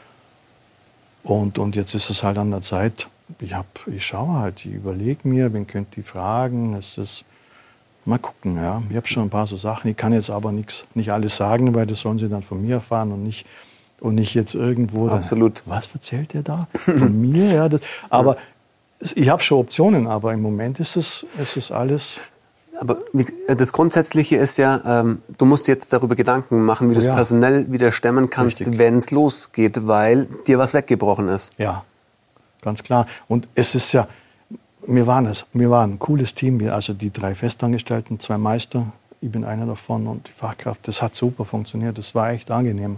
Und, und jetzt ist es halt an der Zeit, ich, hab, ich schaue halt, ich überlege mir, wen könnt ihr fragen. Es ist, mal gucken, ja. Ich habe schon ein paar so Sachen, ich kann jetzt aber nichts, nicht alles sagen, weil das sollen sie dann von mir erfahren und nicht, und nicht jetzt irgendwo. Absolut. Dann, was erzählt ihr da? Von mir? Ja, das, aber ich habe schon Optionen, aber im Moment ist es, ist es alles... Aber das Grundsätzliche ist ja, ähm, du musst jetzt darüber Gedanken machen, wie du es ja. personell wieder stemmen kannst, wenn es losgeht, weil dir was weggebrochen ist. Ja, ganz klar. Und es ist ja, wir waren, es, wir waren ein cooles Team, wir, also die drei Festangestellten, zwei Meister, ich bin einer davon und die Fachkraft, das hat super funktioniert, das war echt angenehm.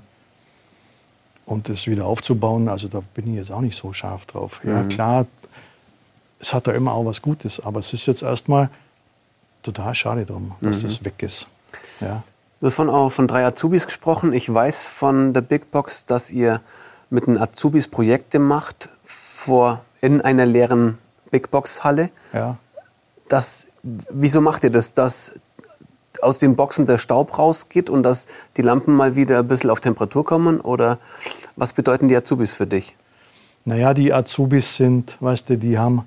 Und das wieder aufzubauen, also da bin ich jetzt auch nicht so scharf drauf. Ja, mhm. klar, es hat da immer auch was Gutes, aber es ist jetzt erstmal total schade drum, dass mhm. das weg ist. Ja. Du hast von, auch von drei Azubis gesprochen. Ich weiß von der Big Box, dass ihr mit den Azubis Projekte macht vor, in einer leeren Big Box-Halle. Ja. Das, wieso macht ihr das? Dass aus den Boxen der Staub rausgeht und dass die Lampen mal wieder ein bisschen auf Temperatur kommen? Oder was bedeuten die Azubis für dich? Naja, die Azubis sind, weißt du, die haben,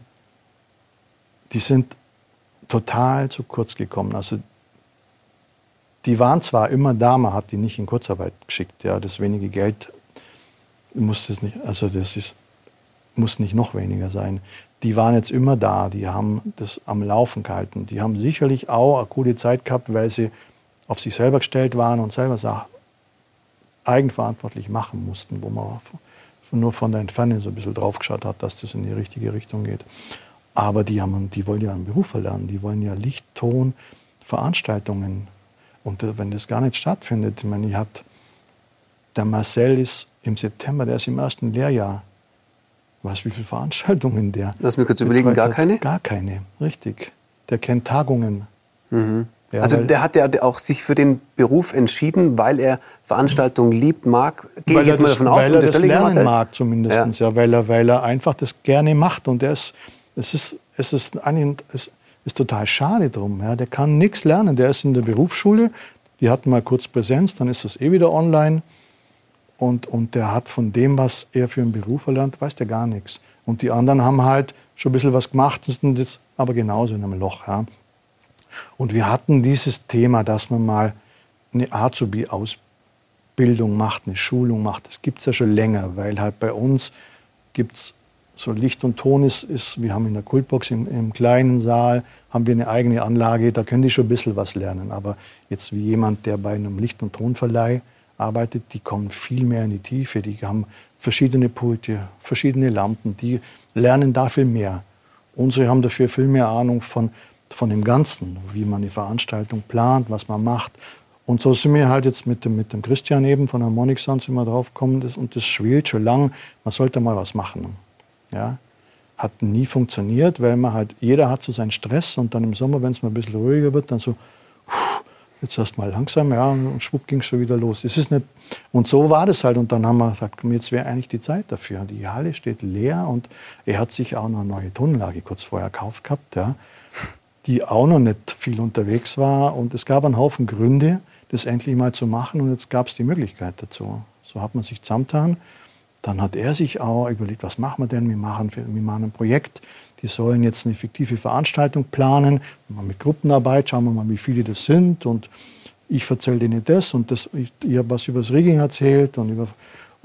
die sind total zu kurz gekommen. Also die waren zwar immer da, man hat die nicht in Kurzarbeit geschickt. Ja, das wenige Geld muss das nicht, also das ist, muss nicht noch weniger sein. Die waren jetzt immer da, die haben das am Laufen gehalten. Die haben sicherlich auch eine gute Zeit gehabt, weil sie auf sich selber gestellt waren und selber Sachen eigenverantwortlich machen mussten, wo man nur von der Entfernung so ein bisschen drauf geschaut hat, dass das in die richtige Richtung geht. Aber die, haben, die wollen ja einen Beruf erlernen, die wollen ja Licht, Ton, Veranstaltungen. Und äh, wenn das gar nicht stattfindet, ich meine, ich hat, der Marcel ist im September, der ist im ersten Lehrjahr. Weißt du, wie viele Veranstaltungen der? Lass mich kurz überlegen, gar keine? Gar keine, richtig. Der kennt Tagungen. Mhm. Ja, also der hat ja auch sich für den Beruf entschieden, weil er Veranstaltungen liebt, mag. Gehe ich jetzt mal davon aus, weil er das lernen mag zumindest, ja. Ja, weil, er, weil er einfach das gerne macht. Und er ist, es, ist, es, ist es ist total schade drum. Ja. Der kann nichts lernen. Der ist in der Berufsschule, die hatten mal kurz Präsenz, dann ist das eh wieder online. Und, und der hat von dem, was er für einen Beruf erlernt, weiß der gar nichts. Und die anderen haben halt schon ein bisschen was gemacht, sind jetzt aber genauso in einem Loch. Ja. Und wir hatten dieses Thema, dass man mal eine Azubi-Ausbildung macht, eine Schulung macht. Das gibt es ja schon länger, weil halt bei uns gibt es so Licht und Ton ist, ist, wir haben in der Kultbox im, im kleinen Saal, haben wir eine eigene Anlage, da können die schon ein bisschen was lernen. Aber jetzt wie jemand, der bei einem Licht- und Tonverleih arbeitet, die kommen viel mehr in die Tiefe, die haben verschiedene Pulte, verschiedene Lampen, die lernen da viel mehr. Unsere haben dafür viel mehr Ahnung von von dem Ganzen, wie man die Veranstaltung plant, was man macht. Und so sind wir halt jetzt mit dem, mit dem Christian eben von Harmonic Sounds immer drauf gekommen, das, und das schwelt schon lang, man sollte mal was machen. Ja? Hat nie funktioniert, weil man halt, jeder hat so seinen Stress und dann im Sommer, wenn es mal ein bisschen ruhiger wird, dann so, jetzt erst mal langsam, ja, und schwupp ging es schon wieder los. Das ist nicht, und so war das halt. Und dann haben wir gesagt, jetzt wäre eigentlich die Zeit dafür. Die Halle steht leer und er hat sich auch noch eine neue Tonanlage kurz vorher gekauft gehabt, ja, die auch noch nicht viel unterwegs war. Und es gab einen Haufen Gründe, das endlich mal zu machen. Und jetzt gab es die Möglichkeit dazu. So hat man sich zusammengetan. Dann hat er sich auch überlegt, was machen wir denn? Wir machen, wir machen ein Projekt. Die sollen jetzt eine fiktive Veranstaltung planen. Mit Gruppenarbeit schauen wir mal, wie viele das sind. Und ich erzähle denen das. Und das, ich, ich habe was über das Rigging erzählt. Und, über,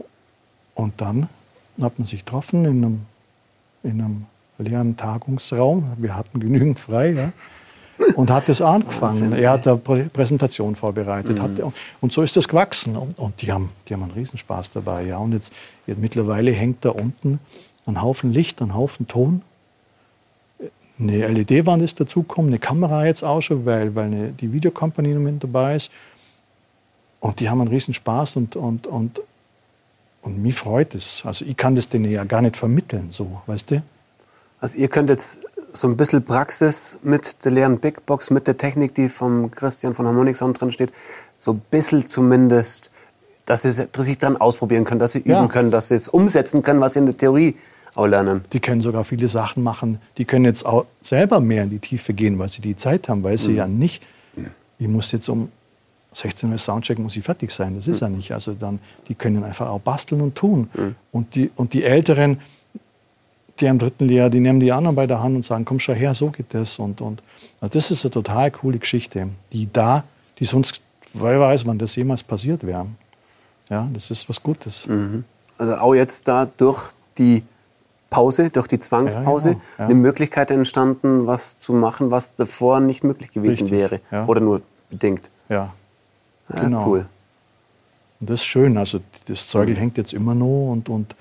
und dann hat man sich getroffen in einem, in einem leeren Tagungsraum. Wir hatten genügend frei. Ja, und hat das angefangen. Er hat eine Präsentation vorbereitet. Mhm. Hat, und so ist das gewachsen. Und, und die, haben, die haben einen Riesenspaß dabei. Ja. Und jetzt, jetzt mittlerweile hängt da unten ein Haufen Licht, ein Haufen Ton. Eine L E D-Wand ist dazugekommen, eine Kamera jetzt auch schon, weil, weil eine, die Videokompanie mit dabei ist. Und die haben einen Riesenspaß und, und, und, und mich freut es. Also ich kann das denen ja gar nicht vermitteln, so, weißt du? Also ihr könnt jetzt so ein bisschen Praxis mit der leeren Big Box, mit der Technik, die vom Christian von Harmonic Sound drin steht, so ein bisschen zumindest, dass sie sich dann ausprobieren können, dass sie üben ja. können, dass sie es umsetzen können, was sie in der Theorie auch lernen. Die können sogar viele Sachen machen. Die können jetzt auch selber mehr in die Tiefe gehen, weil sie die Zeit haben, weil sie mhm. ja nicht, ich muss jetzt um sechzehn Uhr Soundcheck, muss ich fertig sein. Das ist mhm. ja nicht. Also dann, die können einfach auch basteln und tun. Mhm. Und, die, und die Älteren, die am dritten Lehrjahr, die nehmen die anderen bei der Hand und sagen, komm schon her, so geht das. Und, und also das ist eine total coole Geschichte, die da, die sonst, wer weiß, wann das jemals passiert wäre. Ja, das ist was Gutes. Mhm. Also auch jetzt da durch die Pause, durch die Zwangspause, ja, genau, ja. eine Möglichkeit entstanden, was zu machen, was davor nicht möglich gewesen Richtig, wäre. Ja. Oder nur bedingt. Ja, ja genau. Cool. Und das ist schön. Also das Zeugel mhm. hängt jetzt immer noch und, und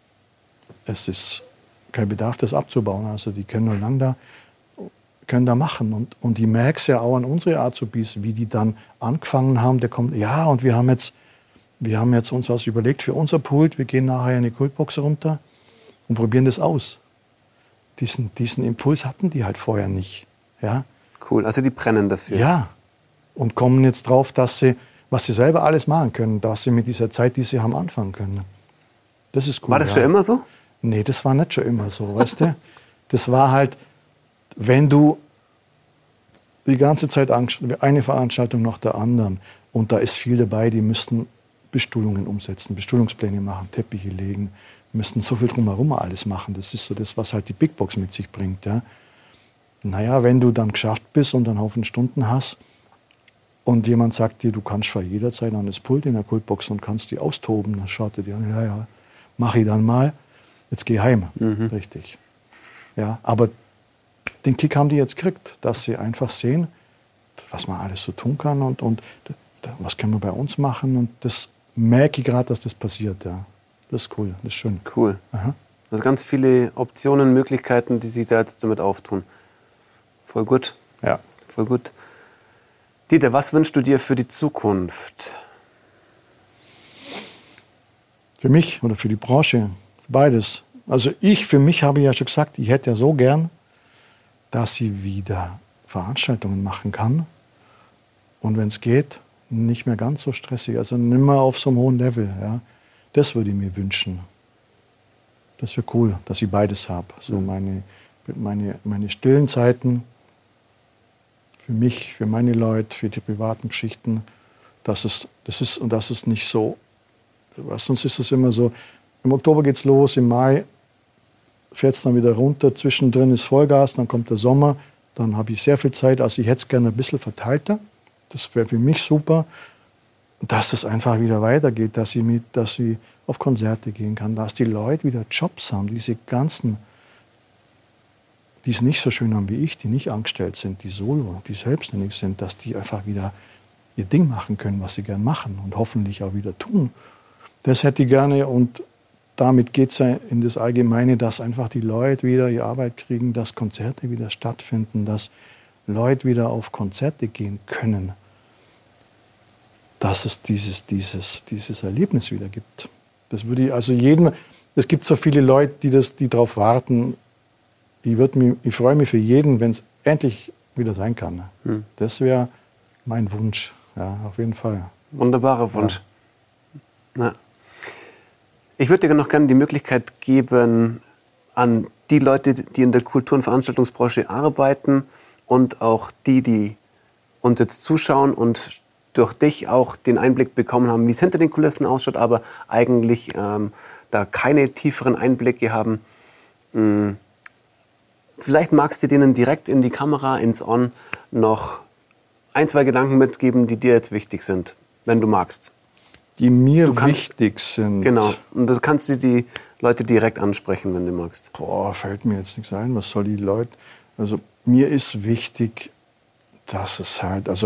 es ist kein Bedarf, das abzubauen. Also die können nur lang da, können da machen. Und, und ich merke es ja auch an unsere Azubis, wie die dann angefangen haben. Der kommt, ja, und wir haben jetzt, wir haben jetzt uns was überlegt für unser Pult. Wir gehen nachher in die Kultbox runter und probieren das aus. Diesen, diesen Impuls hatten die halt vorher nicht. Ja? Cool, also die brennen dafür. Ja, und kommen jetzt drauf, dass sie, was sie selber alles machen können, dass sie mit dieser Zeit, die sie haben, anfangen können. Das ist cool. War das ja. schon immer so? Nee, das war nicht schon immer so, weißt du? Das war halt, wenn du die ganze Zeit eine Veranstaltung nach der anderen und da ist viel dabei, die müssten Bestuhlungen umsetzen, Bestuhlungspläne machen, Teppiche legen, müssten so viel drumherum alles machen. Das ist so das, was halt die Big Box mit sich bringt. Ja. Naja, wenn du dann geschafft bist und einen Haufen Stunden hast und jemand sagt dir, du kannst vor jeder Zeit an das Pult in der Kultbox und kannst die austoben, dann schaut er dir an, ja, ja, mach ich dann mal, jetzt geh heim. Mhm. Richtig. Ja, aber den Kick haben die jetzt gekriegt, dass sie einfach sehen, was man alles so tun kann und, und was können wir bei uns machen. Und das merke ich gerade, dass das passiert. Ja. Das ist cool, das ist schön. Cool. Aha. Also ganz viele Optionen, Möglichkeiten, die sich da jetzt damit auftun. Voll gut. Ja. Voll gut. Dieter, was wünschst du dir für die Zukunft? Für mich oder für die Branche? Beides. Also ich, für mich habe ich ja schon gesagt, ich hätte ja so gern, dass sie wieder Veranstaltungen machen kann. Und wenn es geht, nicht mehr ganz so stressig, also nicht mehr auf so einem hohen Level. Ja. Das würde ich mir wünschen. Das wäre cool, dass ich beides habe. So meine, meine, meine stillen Zeiten für mich, für meine Leute, für die privaten Geschichten. Dass es, das ist, und das ist nicht so, was, sonst ist es immer so, im Oktober geht es los, im Mai fährt es dann wieder runter, zwischendrin ist Vollgas, dann kommt der Sommer, dann habe ich sehr viel Zeit, also ich hätte es gerne ein bisschen verteilter. Das wäre für mich super, dass es einfach wieder weitergeht, dass ich, mit, dass ich auf Konzerte gehen kann, dass die Leute wieder Jobs haben, diese ganzen, die es nicht so schön haben wie ich, die nicht angestellt sind, die solo, die selbstständig sind, dass die einfach wieder ihr Ding machen können, was sie gern machen und hoffentlich auch wieder tun. Das hätte ich gerne und damit geht es ja in das Allgemeine, dass einfach die Leute wieder ihre Arbeit kriegen, dass Konzerte wieder stattfinden, dass Leute wieder auf Konzerte gehen können, dass es dieses, dieses, dieses Erlebnis wieder gibt. Das würde ich also jedem, es gibt so viele Leute, die, das, die darauf warten. Ich, mich, ich freue mich für jeden, wenn es endlich wieder sein kann. Hm. Das wäre mein Wunsch, ja, auf jeden Fall. Wunderbarer Wunsch. Ja. Ja. Ich würde dir noch gerne die Möglichkeit geben, an die Leute, die in der Kultur- und Veranstaltungsbranche arbeiten und auch die, die uns jetzt zuschauen und durch dich auch den Einblick bekommen haben, wie es hinter den Kulissen ausschaut, aber eigentlich ähm, da keine tieferen Einblicke haben. Hm. Vielleicht magst du denen direkt in die Kamera, ins On, noch ein, zwei Gedanken mitgeben, die dir jetzt wichtig sind, wenn du magst. Die mir du kannst, wichtig sind. Genau. Und das kannst du die Leute direkt ansprechen, wenn du magst. Boah, fällt mir jetzt nichts ein. Was soll die Leute... Also mir ist wichtig, dass es halt... Also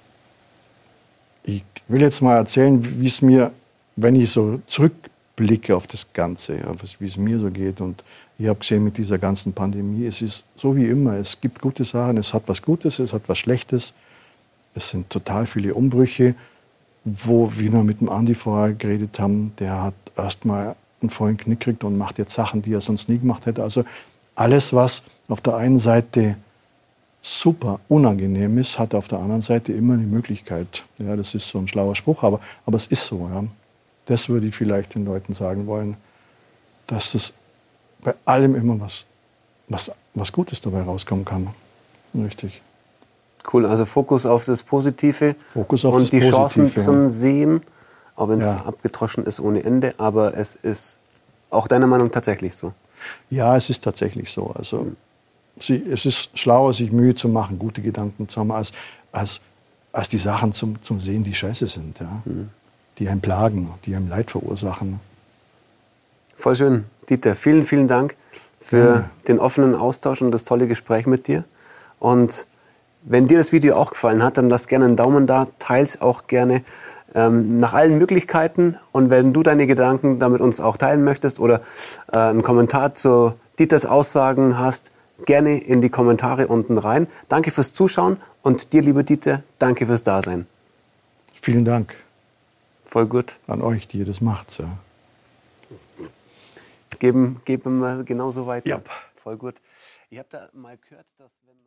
ich will jetzt mal erzählen, wie es mir, wenn ich so zurückblicke auf das Ganze, ja, wie es mir so geht. Und ich habe gesehen mit dieser ganzen Pandemie, es ist so wie immer. Es gibt gute Sachen, es hat was Gutes, es hat was Schlechtes. Es sind total viele Umbrüche. Wo wir noch mit dem Andi vorher geredet haben, der hat erst mal einen vollen Knick gekriegt und macht jetzt Sachen, die er sonst nie gemacht hätte. Also alles, was auf der einen Seite super unangenehm ist, hat auf der anderen Seite immer eine Möglichkeit. Ja, das ist so ein schlauer Spruch, aber, aber es ist so. Ja. Das würde ich vielleicht den Leuten sagen wollen, dass es bei allem immer was, was, was Gutes dabei rauskommen kann. Richtig. Cool, also Fokus auf das Positive Fokus auf und das die Positive, Chancen drin ja. sehen, auch wenn es Ja. abgetroschen ist ohne Ende, aber es ist auch deiner Meinung tatsächlich so. Ja, es ist tatsächlich so. Also mhm. sie, es ist schlauer, sich Mühe zu machen, gute Gedanken zu haben, als, als, als die Sachen zum, zum Sehen, die scheiße sind, ja? Mhm. Die einen plagen, die einem Leid verursachen. Voll schön, Dieter. Vielen, vielen Dank für ja. den offenen Austausch und das tolle Gespräch mit dir. Und wenn dir das Video auch gefallen hat, dann lass gerne einen Daumen da, teils auch gerne ähm, nach allen Möglichkeiten. Und wenn du deine Gedanken damit uns auch teilen möchtest oder äh, einen Kommentar zu Dieters Aussagen hast, gerne in die Kommentare unten rein. Danke fürs Zuschauen und dir, lieber Dieter, danke fürs Dasein. Vielen Dank. Voll gut. An euch, die ihr das macht. Ja. Geben, geben wir genauso weiter. Ja. Voll gut. Ich habe da mal gehört, dass wenn